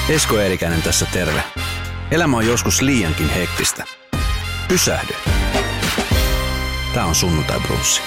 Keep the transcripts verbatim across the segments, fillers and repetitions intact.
Esko Eerikäinen tässä terve. Elämä on joskus liiankin hektistä. Pysähdy. Tää on Sunnuntai Brunssi.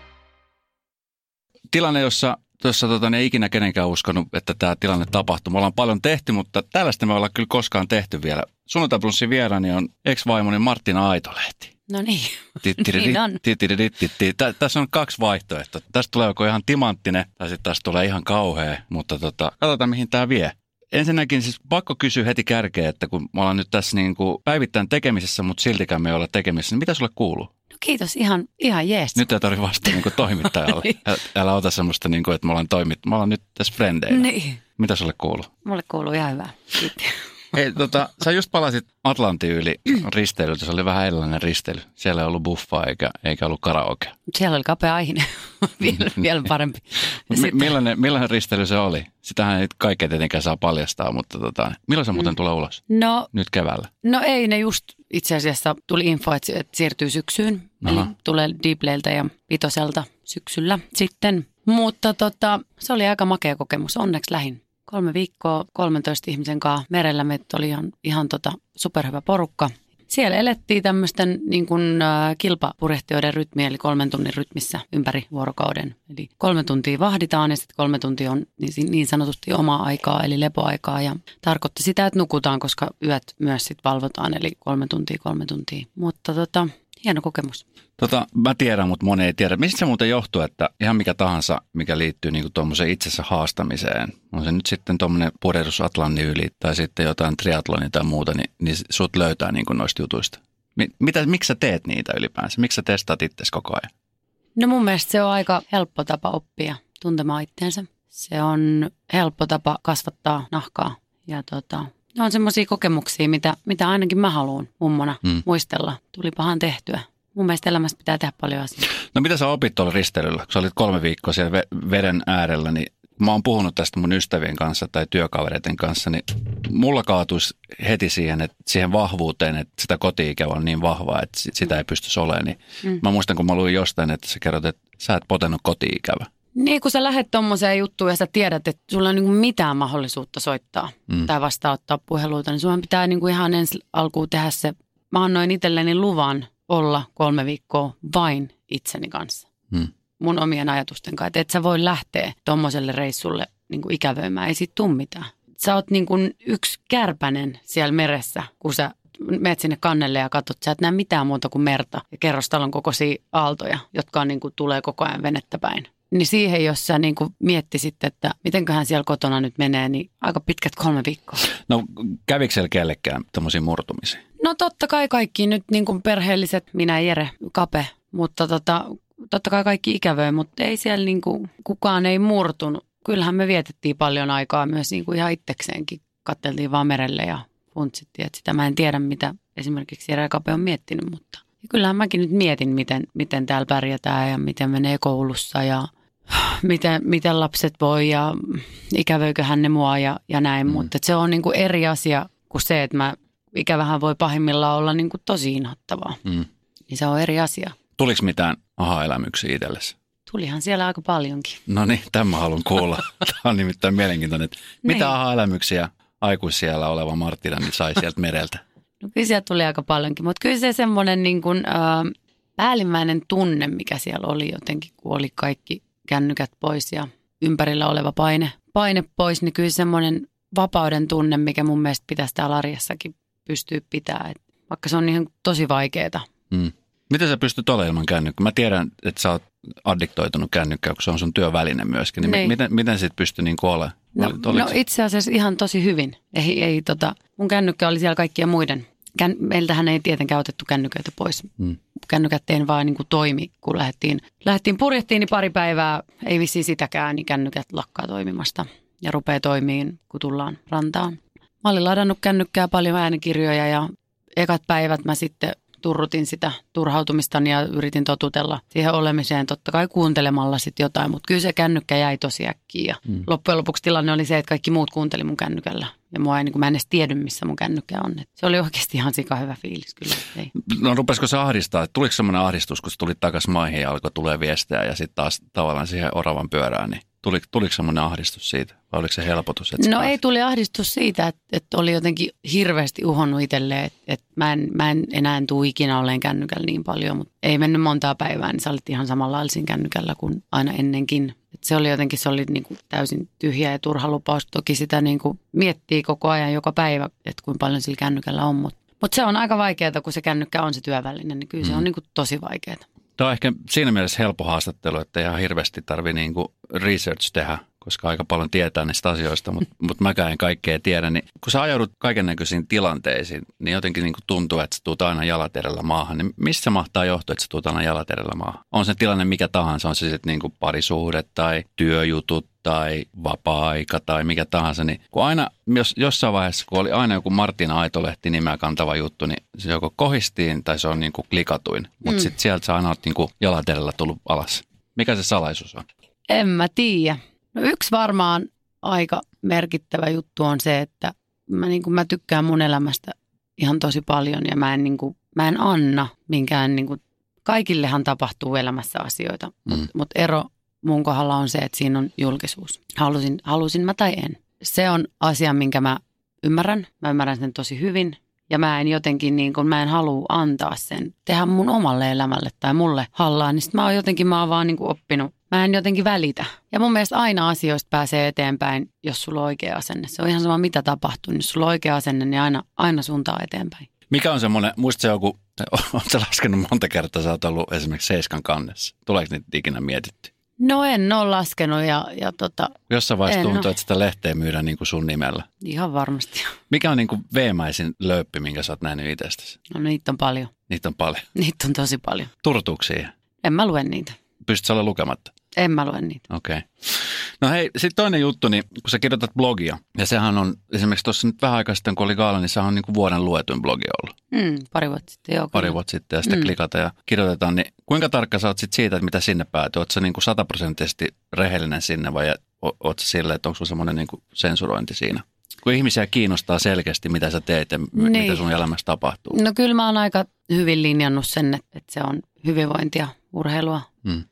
Tilanne, jossa, jossa tota, ei ikinä kenenkään uskonut, että tämä tilanne tapahtuu. Me ollaan paljon tehty, mutta tällaista me ollaan kyllä koskaan tehty vielä. Sunnuntai Brunssin vieraani on ex-vaimoni Martina Aitolehti. No niin, niin on. Tässä on kaksi vaihtoehtoa. Tästä tulee joko ihan timanttinen tai sitten tästä tulee ihan kauhea, mutta tota, katsotaan mihin tämä vie. Ensinnäkin siis pakko kysyä heti kärkeen, että kun me ollaan nyt tässä niin kuin päivittäin tekemisessä, mutta siltikään me ei olla tekemisissä, niin mitä sulle kuuluu? No kiitos, ihan, ihan jees. Nyt ei tarvitse vastata niin kuin toimittajalle. Älä ota semmoista, niin kuin, että me ollaan, toimit, me ollaan nyt tässä frendeinä. Niin. Mitä sulle kuuluu? Mulle kuuluu ihan hyvää. Kiitos. Hei, tota, sä just palasit Atlantin yli risteilyltä. Se oli vähän erilainen risteily. Siellä ei ollut buffaa eikä, eikä ollut karaoke. Siellä oli kapea aihinen. vielä, vielä parempi. M- millainen, millainen risteily se oli? Sitähän ei kaikkea tietenkään saa paljastaa, mutta tota, milloin se muuten mm. tulee ulos? No, nyt keväällä. No ei, ne just itse asiassa tuli info, että siirtyy syksyyn. Aha. Eli tulee Deepleiltä ja Vitoselta syksyllä sitten. Mutta tota, se oli aika makea kokemus. Onneksi lähin. Kolme viikkoa, kolmentoista ihmisen kanssa merellä. Meitä oli ihan, ihan tota superhyvä porukka. Siellä elettiin tämmöisten niin kuin, äh, kilpapurjehtijoiden rytmiä, eli kolmen tunnin rytmissä ympäri vuorokauden. Eli kolme tuntia vahditaan ja sitten kolme tuntia on niin, niin sanotusti omaa aikaa, eli lepoaikaa. Ja tarkoitti sitä, että nukutaan, koska yöt myös sitten valvotaan, eli kolme tuntia, kolme tuntia. Mutta tota, hieno kokemus. Tota, mä tiedän, mutta moni ei tiedä. Mistä se muuten johtuu, että ihan mikä tahansa, mikä liittyy niin kuin tuommoiseen itsensä haastamiseen, on se nyt sitten tuommoinen purjehdus Atlantin yli tai sitten jotain triathlonia tai muuta, niin, niin sut löytää niin kuin noista jutuista. Mitä, miksi sä teet niitä ylipäänsä? Miksi sä testaat itsesi koko ajan? No mun mielestä se on aika helppo tapa oppia tuntemaan itteensä. Se on helppo tapa kasvattaa nahkaa ja tota, ne on semmoisia kokemuksia, mitä, mitä ainakin mä haluan mummona hmm. muistella. Tulipahan tehtyä. Mun mielestä elämässä pitää tehdä paljon asioita. No mitä sä opit tuolla risteilyllä? Kun sä olit kolme viikkoa siellä veden äärellä, niin mä oon puhunut tästä mun ystävien kanssa tai työkavereiden kanssa, niin mulla kaatuisi heti siihen, että siihen vahvuuteen, että sitä koti-ikävä on niin vahvaa, että sitä ei pystyisi olemaan. Niin mm. Mä muistan, kun mä luin jostain, että sä kerrot, että sä et potennut koti-ikävä. Niin, kun sä lähdet tommoseen juttuun ja sä tiedät, että sulla on niinku mitään mahdollisuutta soittaa mm. tai vastaanottaa puheluita, niin sunhan pitää niinku ihan ensi alkuun tehdä se. Mä annoin itselleni luvan olla kolme viikkoa vain itseni kanssa. Hmm. Mun omien ajatusten kanssa. Että et sä voi lähteä tommoselle reissulle niin kuin ikävöimään. Ei siitä tule mitään. Sä oot niin kuin yksi kärpänen siellä meressä, kun sä menet sinne kannelle ja katsot. Sä et näe mitään muuta kuin merta ja kerrostalon kokoisia aaltoja, jotka on, niin kuin, tulee koko ajan venettä päin. Niin siihen, jos sä niin kuin miettisit, että mitenköhän siellä kotona nyt menee, niin aika pitkät kolme viikkoa. No kävikö siellä kellekään tommosia murtumisia? No totta kai kaikki nyt niin kuin perheelliset, minä, Jere, Kape, mutta tota, totta kai kaikki ikävöi, mutta ei siellä niin kuin, kukaan ei murtunut. Kyllähän me vietettiin paljon aikaa myös niin kuin ihan itsekseenkin. Katteltiin vaan merelle ja funtsittiin, että sitä mä en tiedä, mitä esimerkiksi Jere ja Kape on miettinyt, mutta ja kyllähän mäkin nyt mietin, miten, miten täällä pärjätään ja miten menee koulussa ja miten, miten lapset voi ja ikävöiköhän ne mua ja, ja näin, mm. mutta se on niin kuin eri asia kuin se, että mä ikävähän voi pahimmillaan olla niin kuin tosi inhottavaa. Mm. Niin se on eri asia. Tuliko mitään aha-elämyksiä itsellesi? Tulihan siellä aika paljonkin. No niin, tämän mä haluan kuulla. Tämä on nimittäin mielenkiintoinen. Mitä niin. aha-elämyksiä aikuisiellä oleva Martina niin sai sieltä mereltä? No kyllä sieltä tuli aika paljonkin, mutta kyllä se semmoinen niin kuin, äh, päällimmäinen tunne, mikä siellä oli jotenkin, kun oli kaikki kännykät pois ja ympärillä oleva paine, paine pois, niin kyllä semmoinen vapauden tunne, mikä mun mielestä pitäisi täällä arjessakin pystyä pitämään, vaikka se on ihan tosi vaikeaa. Hmm. Miten sä pystyt olemaan ilman kännykkää? Mä tiedän, että sä oot addiktoitunut kännykkään, kun se on sun työväline myöskin. Niin niin. Miten, miten sit pystyy niin kuin olemaan? No, no itse asiassa ihan tosi hyvin. Ei, ei, tota, mun kännykkä oli siellä kaikkien muiden. Kän, meiltähän ei tietenkään otettu kännyköitä pois. Hmm. Kännykät ei vaan niin kuin toimi, kun lähdettiin, lähdettiin purjehtiin, niin pari päivää, ei vissiin sitäkään, niin kännykät lakkaa toimimasta ja rupeaa toimiin, kun tullaan rantaan. Mä olin ladannut kännykkää paljon äänikirjoja ja ekat päivät mä sitten turrutin sitä turhautumistani ja yritin totutella siihen olemiseen totta kai kuuntelemalla sitten jotain, mutta kyllä se kännykkä jäi tosi äkkiä ja mm. loppujen lopuksi tilanne oli se, että kaikki muut kuunteli mun kännykällä ja mua ei, niin kuin mä en edes tiedä, missä mun kännykkä on. Et se oli oikeasti ihan sika hyvä fiilis kyllä. Ei. No rupesiko se ahdistaa? Tuliko semmoinen ahdistus, kun sä tulit takaisin maihin ja alkoi tulee viestejä ja sitten taas tavallaan siihen oravan pyörään, niin Tuliko, tuliko semmoinen ahdistus siitä vai oliko se helpotus? Että no pääsi? Ei tuli ahdistus siitä, että, että oli jotenkin hirveästi uhonnut itselleen, että, että mä, en, mä en enää tule ikinä olleen kännykällä niin paljon, mutta ei mennyt montaa päivää, niin sä olit ihan samanlailla kännykällä kuin aina ennenkin. Että se oli jotenkin se oli niin kuin täysin tyhjä ja turha lupaus. Toki sitä niin kuin miettii koko ajan joka päivä, että kuinka paljon sillä kännykällä on, mutta, mutta se on aika vaikeaa, kun se kännykkä on se työväline, niin kyllä se mm. on niin kuin tosi vaikeaa. Tämä on ehkä siinä mielessä helppo haastattelu, että ihan hirveästi tarvitse niinku research tehdä, koska aika paljon tietää niistä asioista, mutta mut mäkään en kaikkea tiedä. Niin kun sä ajaudut kaiken näköisiin tilanteisiin, niin jotenkin niinku tuntuu, että sä tuut aina jalat edellä maahan. Niin mistä se mahtaa johtua, että sä tuut aina jalat edellä maahan? On se tilanne mikä tahansa, on se sitten niinku parisuhde tai työjutut tai vapaa-aika tai mikä tahansa. Niin kun aina, jos, jossain vaiheessa, kun oli aina joku Martina Aitolehti nimeä kantava juttu, niin se joko kohistiin tai se on niinku klikatuin. Mutta mm. sitten sieltä sä aina oot niinku jalat edellä tullut alas. Mikä se salaisuus on? En mä tiedä. No yksi varmaan aika merkittävä juttu on se, että mä, niin kuin, mä tykkään mun elämästä ihan tosi paljon ja mä en, niin kuin, mä en anna minkään, niin kuin, kaikillehan tapahtuu elämässä asioita, mm. mutta mut ero mun kohdalla on se, että siinä on julkisuus. Halusin, halusin mä tai en. Se on asia, minkä mä ymmärrän. Mä ymmärrän sen tosi hyvin ja mä en jotenkin, niin kuin, mä en halua antaa sen, tehdä mun omalle elämälle tai mulle hallaan. Niin sit mä oon jotenkin, mä oon vaan niin kuin oppinut. Mä en jotenkin välitä. Ja mun mielestä aina asioista pääsee eteenpäin, jos sulla on oikea asenne. Se on ihan sama, mitä tapahtuu. Jos sulla on oikea asenne, niin aina, aina suuntaa eteenpäin. Mikä on semmoinen, muistatko joku, oletko laskenut monta kertaa, sä oot ollut esimerkiksi Seiskan kannessa. Tuleeko niitä ikinä mietitty? No en ole laskenut ja, ja tota... Jossain vaiheessa tuntuu, no. että sitä lehteä myydään niin kuin sun nimellä. Ihan varmasti. Mikä on niin kuin veemäisin lööppi, minkä sä oot nähnyt itsestäsi? No niitä on paljon. Niitä on paljon? Niitä on tosi paljon. Turtuuko siihen? En mä lue niitä. Pystytkö sä olla lukematta? En mä lue niitä. Okei. Okay. No hei, sitten toinen juttu, niin kun sä kirjoitat blogia, ja sehän on esimerkiksi tuossa nyt vähän aikaa sitten, kun oli gaala, niin sehän on niin kuin vuoden luetuin blogi ollut. Mm, pari vuotta sitten, joo. Pari vuotta sitten, ja sitten mm. klikataan ja kirjoitetaan, niin kuinka tarkka sä oot sitten siitä, että mitä sinne päätyy? Ootko sä niin kuin sataprosenttisesti rehellinen sinne, vai oot sä silleen, että onko sulla semmoinen niin kuin sensurointi siinä? Kun ihmisiä kiinnostaa selkeästi, mitä sä teet ja niin. mitä sun elämässä tapahtuu. No kyllä mä oon aika hyvin linjannut sen, että se on hyvinvointia, urheilua, mm.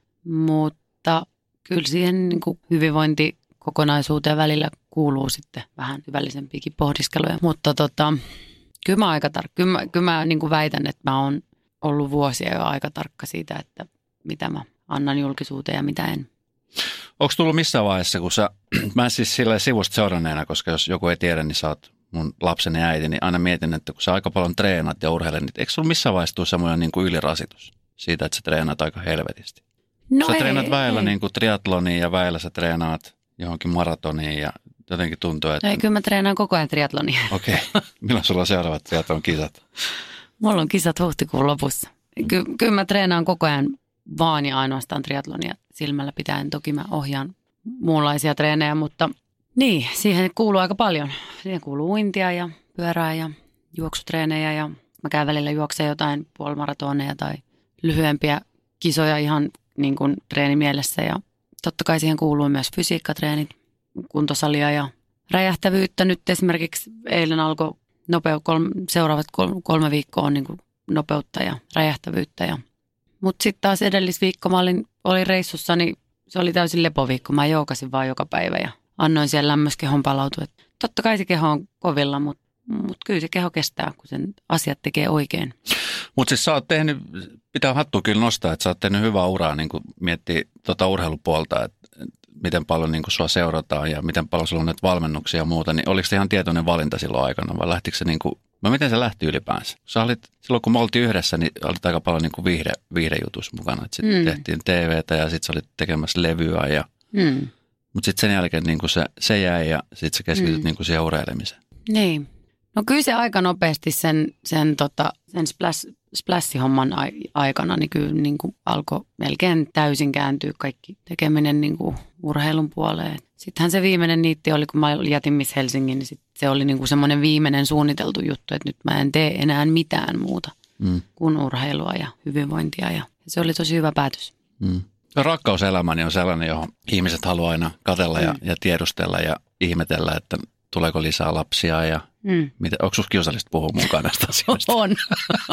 mutta kyllä siihen niin kuin hyvinvointikokonaisuuteen välillä kuuluu sitten vähän syvällisempiäkin pohdiskeluja. Mutta tota, kyllä mä aika tarkka. Kyllä mä, kyllä mä niin kuin väitän, että mä oon ollut vuosia jo aika tarkka siitä, että mitä mä annan julkisuuteen ja mitä en. Onko tullut missään vaiheessa, kun sä, mä siis silleen sivusta seuranneena, koska jos joku ei tiedä, niin sä oot mun lapseni äiti, niin aina mietin, että kun sä aika paljon treenat ja urheilet, niin eikö sulla missään vaiheessa tule semmoinen niin kuin ylirasitus siitä, että sä treenaat aika helvetisti? No sä ei, treenat väillä ei. niin kuin triatloniin ja väillä sä treenaat johonkin maratoniin ja jotenkin tuntuu, että... No ei, kyllä mä treenaan koko ajan triatlonia. Okei. Okay. Milloin sulla on seuraavat triatlon kisat? Mulla on kisat huhtikuun lopussa. Ky- kyllä mä treenaan koko ajan vaan ja ainoastaan triatlonia silmällä pitäen. Toki mä ohjaan muunlaisia treenejä, mutta niin, siihen kuuluu aika paljon. Siihen kuuluu uintia ja pyörää ja juoksutreenejä ja mä käyn välillä juoksemaan jotain puolimaratoneja tai lyhyempiä kisoja ihan niin kuin treenimielessä ja totta kai siihen kuuluu myös fysiikkatreenit, kuntosalia ja räjähtävyyttä. Nyt esimerkiksi eilen alkoi nopeu, kolme, seuraavat kolme, kolme viikkoa on niin kuin nopeutta ja räjähtävyyttä. Ja. Mutta sitten taas edellisviikko mä olin, olin reissussa, niin se oli täysin lepoviikko. Mä joogasin vaan joka päivä ja annoin siellä lämmöskehon palautua. Et totta kai se keho on kovilla, mutta mut kyllä se keho kestää, kun sen asiat tekee oikein. Mutta siis sä oot tehnyt, pitää hattua kyllä nostaa, että sä oot tehnyt hyvää uraa, niin kuin miettii tuota urheilupuolta, että miten paljon niin kuin sua seurataan ja miten paljon sulla on näitä valmennuksia ja muuta, niin oliko se ihan tietoinen valinta silloin aikana vai lähtikö se niin kuin, vai miten se lähti ylipäänsä? Sä olit, silloin kun me oltiin yhdessä, niin olit aika paljon niin kuin viihde, viihdejutus mukana, että sitten mm. tehtiin T V:tä ja sitten sä olit tekemässä levyä ja, mm. mutta sitten sen jälkeen niin kuin se, se jäi ja sitten sä keskityt mm. niin kuin siihen urheilemiseen. Niin. No kyllä se aika nopeasti sen, sen, tota, sen splash, splash-homman aikana niin kyllä niin kuin alkoi melkein täysin kääntyä kaikki tekeminen niin kuin urheilun puoleen. Sittenhän se viimeinen niitti oli, kun mä jätin Miss Helsingin, niin sit se oli niin kuin semmoinen viimeinen suunniteltu juttu, että nyt mä en tee enää mitään muuta mm. kuin urheilua ja hyvinvointia ja se oli tosi hyvä päätös. Mm. Rakkauselämäni on sellainen, johon ihmiset haluaa aina katsella ja, mm. ja tiedustella ja ihmetellä, että tuleeko lisää lapsia ja mm. mitä, onko sinusta kiusallista puhua mukaan näistä asioista? On.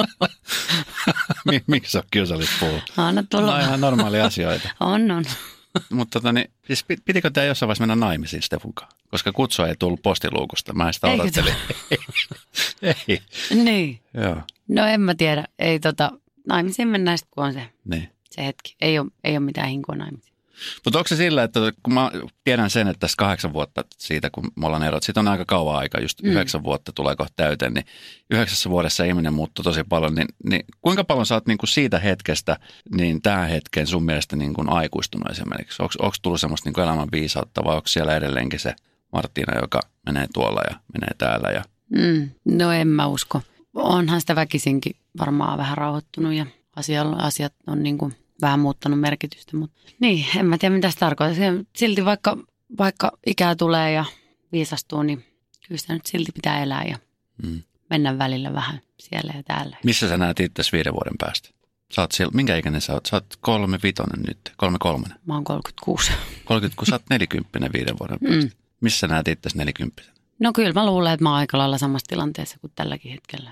Miksi se on kiusallista puhua? Anna tulla. No ihan normaalia asioita. On, on. Mutta tota, niin, siis pitikö tämä jossain vaiheessa mennä naimisiin Stefunkaan? Koska kutsua ei tullut postiluukusta. Mä en sitä odottelin. Ei. Niin. Joo. No en mä tiedä. Ei tota, naimisiin mennään sitten, kun on se, Niin. se hetki. Ei ole, ei ole mitään hinkua naimisiin. Mutta onko se sillä, että kun mä tiedän sen, että tässä kahdeksan vuotta siitä, kun me ollaan erot, siitä on aika kauan aika, just mm. yhdeksän vuotta tulee kohta täyteen, niin yhdeksässä vuodessa ihminen muuttui tosi paljon, niin, niin kuinka paljon sä oot niin kuin siitä hetkestä niin tähän hetkeen sun mielestä niin kuin aikuistunut esimerkiksi? Onko tullut semmoista niin kuin elämän viisautta vai onko siellä edelleenkin se Martina, joka menee tuolla ja menee täällä? Ja... Mm. No en mä usko. Onhan sitä väkisinkin varmaan vähän rauhoittunut ja asiat on niin kuin vähän muuttanut merkitystä, mutta niin, en mä tiedä mitä se tarkoittaa. Silti vaikka, vaikka ikää tulee ja viisastuu, niin kyllä sitä nyt silti pitää elää ja mm. mennä välillä vähän siellä ja täällä. Missä sä näet itse viiden vuoden päästä? Sä oot siellä, minkä ikäinen sä oot? Sä oot kolme vitonen nyt, kolme kolmonen. Mä oon kolmekymmentäkuusi. kolmekymmentä, sä oot nelikymppinen viiden vuoden päästä. Mm. Missä sä näet itse nelikymppisenä? No kyllä mä luulen, että mä oon aika lailla samassa tilanteessa kuin tälläkin hetkellä.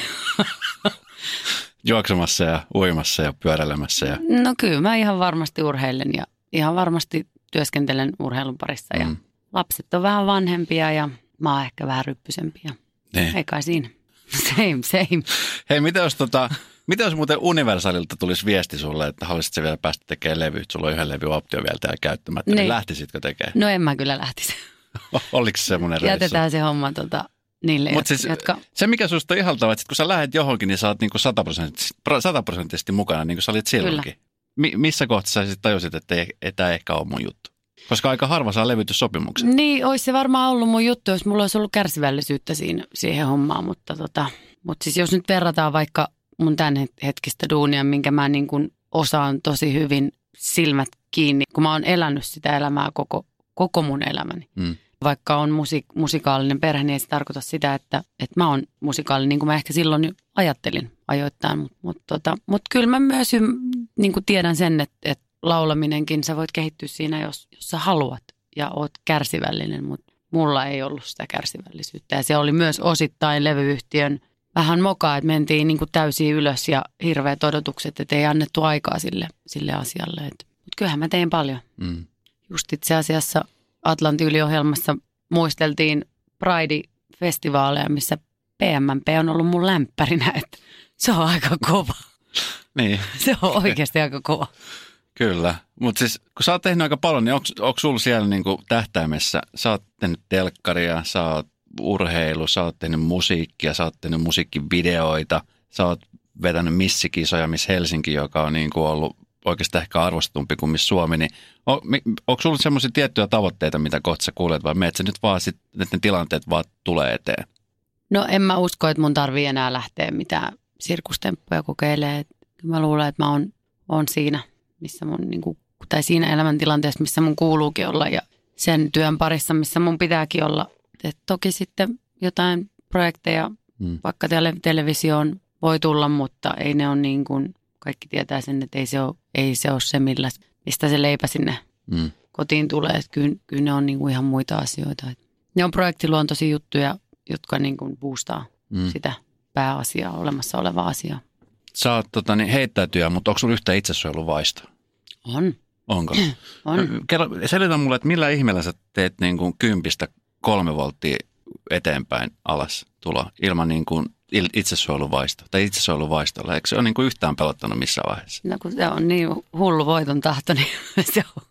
Juoksemassa ja uimassa ja pyöräilemässä. Ja... No kyllä mä ihan varmasti urheilen ja ihan varmasti työskentelen urheilun parissa. Ja mm. lapset on vähän vanhempia ja mä oon ehkä vähän ryppysempiä. Ne. Ei kai siinä. Same, same. Hei, mitä jos, tota, mitä jos muuten Universalilta tulisi viesti sulle, että haluaisitko vielä päästä tekemään levy? Sulla on yhden levy optio vielä täällä käyttämättä. Niin. Niin lähtisitkö tekemään? No en mä kyllä lähtisi. Oliko se semmoinen reissu? Jätetään se homma tota... Niille, Mutta siis jotka... se, mikä susta on ihaltavaa, että kun sä lähdet johonkin, niin sä oot niinku sataprosenttisesti mukana, niin kuin sä olit silloinkin. Mi- missä kohtaa sä sitten tajusit, että ei, tämä ehkä ole mun juttu? Koska aika harva saa levytyssopimuksen. Niin, olisi se varmaan ollut mun juttu, jos mulla olisi ollut kärsivällisyyttä siinä, siihen hommaan. Mutta, tota, mutta siis jos nyt verrataan vaikka mun tämän hetkistä duunia, minkä mä niin kuin osaan tosi hyvin silmät kiinni, kun mä oon elänyt sitä elämää koko, koko mun elämäni. Mm. Vaikka on musik- musikaalinen perhe, niin ei se tarkoita sitä, että, että mä oon musikaalinen, niin kuin mä ehkä silloin ajattelin ajoittain. Mutta mut, tota, mut kyllä mä myös niin kuin tiedän sen, että, että laulaminenkin, sä voit kehittyä siinä, jos, jos sä haluat ja oot kärsivällinen, mutta mulla ei ollut sitä kärsivällisyyttä. Ja se oli myös osittain levyyhtiön vähän mokaa, että mentiin niin kuin täysin ylös ja hirveät odotukset, että ei annettu aikaa sille, sille asialle. Mutta kyllähän mä tein paljon. Mm. Just itse asiassa Atlantti-yliohjelmassa muisteltiin Pride-festivaaleja, missä P M M P on ollut mun lämpärinä, että se on aika kova. Niin. Se on oikeasti aika kova. Kyllä, mutta siis kun sä oot tehnyt aika paljon, niin onko sulla siellä niinku tähtäimessä, sä oot tehnyt telkkaria, sä oot urheilu, sä oot tehnyt musiikkia, sä oot tehnyt musiikkivideoita, sä oot vetänyt missikisoja, Miss Helsinki, joka on niinku ollut oikeastaan ehkä arvostetumpi kuin Miss Suomi, niin on, onko sulla semmoisia tiettyjä tavoitteita, mitä kohta sä kuulet, vai meet sä nyt vaan sit, että ne tilanteet vaan tulee eteen? No en mä usko, että mun tarvii enää lähteä mitään sirkustemppuja kokeilemaan. Mä luulen, että mä oon, oon siinä, missä mun, niin kuin, tai siinä elämäntilanteessa, missä mun kuuluukin olla ja sen työn parissa, missä mun pitääkin olla. Et toki sitten jotain projekteja, hmm. vaikka tele- televisioon voi tulla, mutta ei ne ole niin kuin, kaikki tietää sen, että ei se ole, ei se, ole se millä, mistä se leipä sinne hmm. kotiin tulee. Et kyllä, kyllä ne on niin kuin ihan muita asioita. Et ne on projektiluontoisia juttuja, jotka niin kuin boostaa hmm. sitä pääasiaa, olemassa olevaa asiaa. Sä oot tota, niin heittäytyjä, mutta onko sulla yhtään itsesuojeluvaistoa? On. Onko? On. Kerro, selitä mulle, että millä ihmeellä sä teet niin kuin kympistä kolme volttia eteenpäin alas tuloa ilman niin kuin itsesuojeluvaistoa tai itsesuojeluvaistolla. Eikö se ole niin kuin yhtään pelottanut missään vaiheessa? No kun se on niin hullu voiton tahto, niin se on.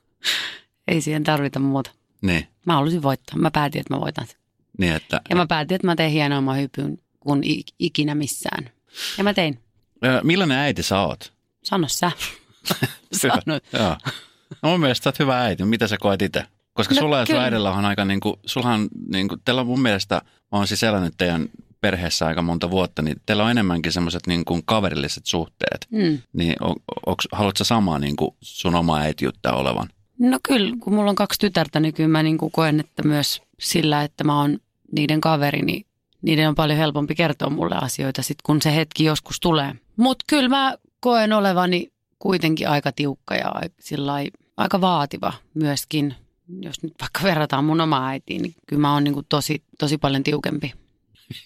Ei siihen tarvita muuta. Niin. Mä halusin voittaa. Mä päätin, että mä voitan sen. Niin, että... Ja mä päätin, että mä teen hienoimman hypyn kuin ikinä missään. Ja mä tein. Millainen äiti sä oot? Sano sä. Sano. Joo. No mun mielestä sä oot hyvä äiti. Mitä sä koet itse? Koska no, sulla ja sun äidillä on aika niin kuin, sullahan niin kuin, teillä on mun mielestä, mä oon siis elänyt teidän perheessä aika monta vuotta, niin teillä on enemmänkin semmoiset niin kuin kaverilliset suhteet. Mm. Niin on, onks, haluatko sä samaa niin kuin sun oma äitiyttä olevan? No kyllä, kun mulla on kaksi tytärtä, niin kyllä mä niin kuin koen, että myös sillä, että mä oon niiden kaveri, niin niiden on paljon helpompi kertoa mulle asioita sit, kun se hetki joskus tulee. Mutta kyllä mä koen olevani kuitenkin aika tiukka ja sillai, aika vaativa myöskin. Jos nyt vaikka verrataan mun omaa äitiin, niin kyllä mä oon niin kuin tosi, tosi paljon tiukempi.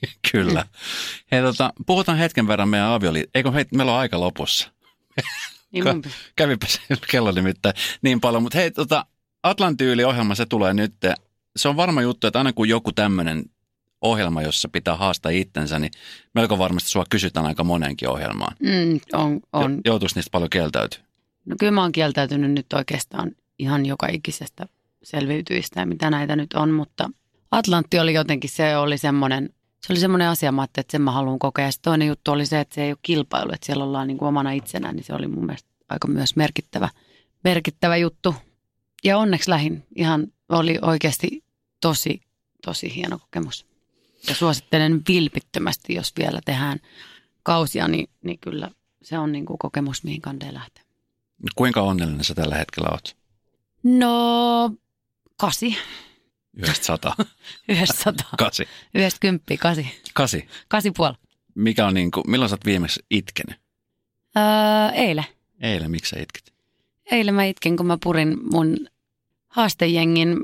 Kyllä. Hei, tota, puhutaan hetken verran meidän avioliitosta. Eikö hei, meillä on aika lopussa? Niin mun... Kävipä se kello nimittäin niin paljon. Mutta hei, tota, Atlantti-Yli-ohjelma, se tulee nyt. Se on varma juttu, että aina kun joku tämmöinen ohjelma, jossa pitää haastaa itsensä, niin melko varmasti sua kysytään aika monenkin ohjelmaan. Mm, on, on. Joutuisi niistä paljon kieltäytyä? No kyllä mä oon kieltäytynyt nyt oikeastaan ihan joka ikisestä selviytyistä, mitä näitä nyt on, mutta Atlantti oli jotenkin, se oli semmoinen, se oli semmoinen asia, mä että sen mä haluan kokea. Ja toinen juttu oli se, että se ei ole kilpailu, että siellä ollaan niin kuin omana itsenään, niin se oli mun mielestä aika myös merkittävä, merkittävä juttu. Ja onneksi lähin ihan oli oikeasti tosi, tosi hieno kokemus. Ja suosittelen vilpittömästi, jos vielä tehdään kausia, niin, niin kyllä se on niin kuin kokemus, mihin kandee lähtee. Kuinka onnellinen sä tällä hetkellä oot? No, kasi. Yhdestä sataa. Yhdestä sataa. Kasi. Yhdestä kymppiä, kasi. Kasi. Kasi puoli. Mikä on niin kuin, milloin sä oot viimeksi itkenyt? Öö, eilen. Eilen, miksi sä itkit? Eilen mä itken, kun mä purin mun haastejengin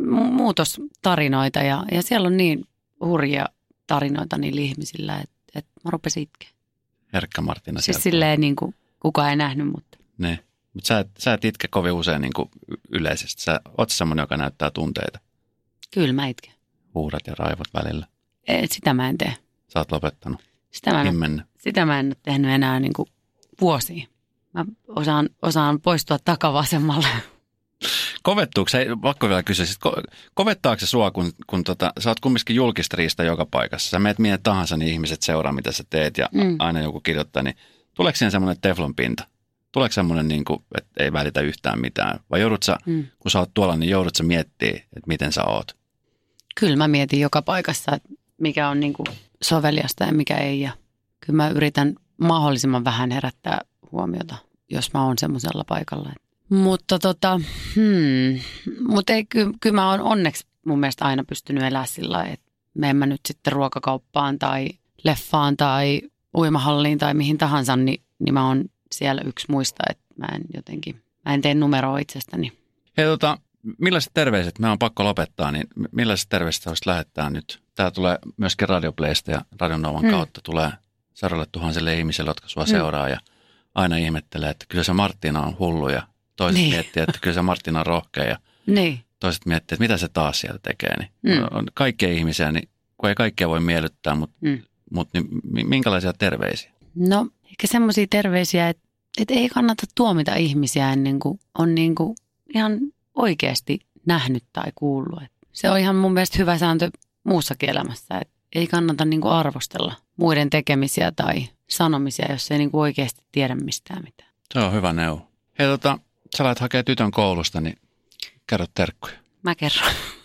muutostarinoita ja, ja siellä on niin hurjia tarinoita niillä ihmisillä, että, että mä rupesin itkeä. Herkkä Martina. Siis silleen niin kuin kukaan ei nähnyt, mutta. Ne. Mutta sä, sä et itke kovin usein niin kuin yleisesti. Sä oot semmoinen, joka näyttää tunteita. Kyllä mä itken. Huudat ja raivot välillä. Et, sitä mä en tee. Sä oot lopettanut. Sitä mä en, sitä mä en ole tehnyt enää niin kuin vuosiin. Mä osaan, osaan poistua takavasemmalle. Kovettuuko se, pakko vielä kysyä, siis ko, kovettaako se sua, kun, kun tota, sä oot kumminkin julkista riistä joka paikassa. Sä meet minne tahansa, niin ihmiset seuraa, mitä sä teet ja mm. aina joku kirjoittaa. Niin tuleeko siihen semmoinen teflonpinta? Tuleeko semmoinen, niin kuin, että ei välitä yhtään mitään? Vai joudut sä, mm. kun sä oot tuolla, niin joudut sä miettimään, että miten sä oot? Kyllä mä mietin joka paikassa, että mikä on niin kuin soveliasta ja mikä ei. Ja kyllä mä yritän mahdollisimman vähän herättää huomiota, jos mä oon semmoisella paikalla. Mutta tota, hmm, mut ei, ky, kyllä mä oon onneksi mun mielestä aina pystynyt elämään sillä lailla, että menen mä nyt sitten ruokakauppaan tai leffaan tai uimahalliin tai mihin tahansa, niin, niin mä oon siellä yksi muista, että mä en jotenkin, mä en tee numeroa itsestäni. Hei tota, millaiset terveiset, mä on pakko lopettaa, niin millaiset terveiset haluaisit lähettää nyt? Tää tulee myöskin Radioplaysta ja Radionovan hmm. kautta tulee sadoille tuhansille ihmisille, jotka sua hmm. seuraa ja aina ihmettelee, että kyllä se Martina on hullu ja toiset niin. miettii, että kyllä se Martina on rohkea ja niin. toiset miettii, että mitä se taas sieltä tekee. Niin mm. on kaikkia ihmisiä, niin kun ei kaikkia voi miellyttää, mutta, mm. mutta niin minkälaisia terveisiä? No ehkä semmoisia terveisiä, että, että ei kannata tuomita ihmisiä ennen kuin on niin kuin ihan oikeasti nähnyt tai kuullut. Että se on ihan mun mielestä hyvä sääntö muussakin elämässä, että ei kannata niin kuin arvostella muiden tekemisiä tai sanomisia, jos ei niin kuin oikeasti tiedä mistään mitään. Se on hyvä neuvo. Hei tota, sä lähdet hakemaan tytön koulusta, niin kerro terkkuja. Mä kerron.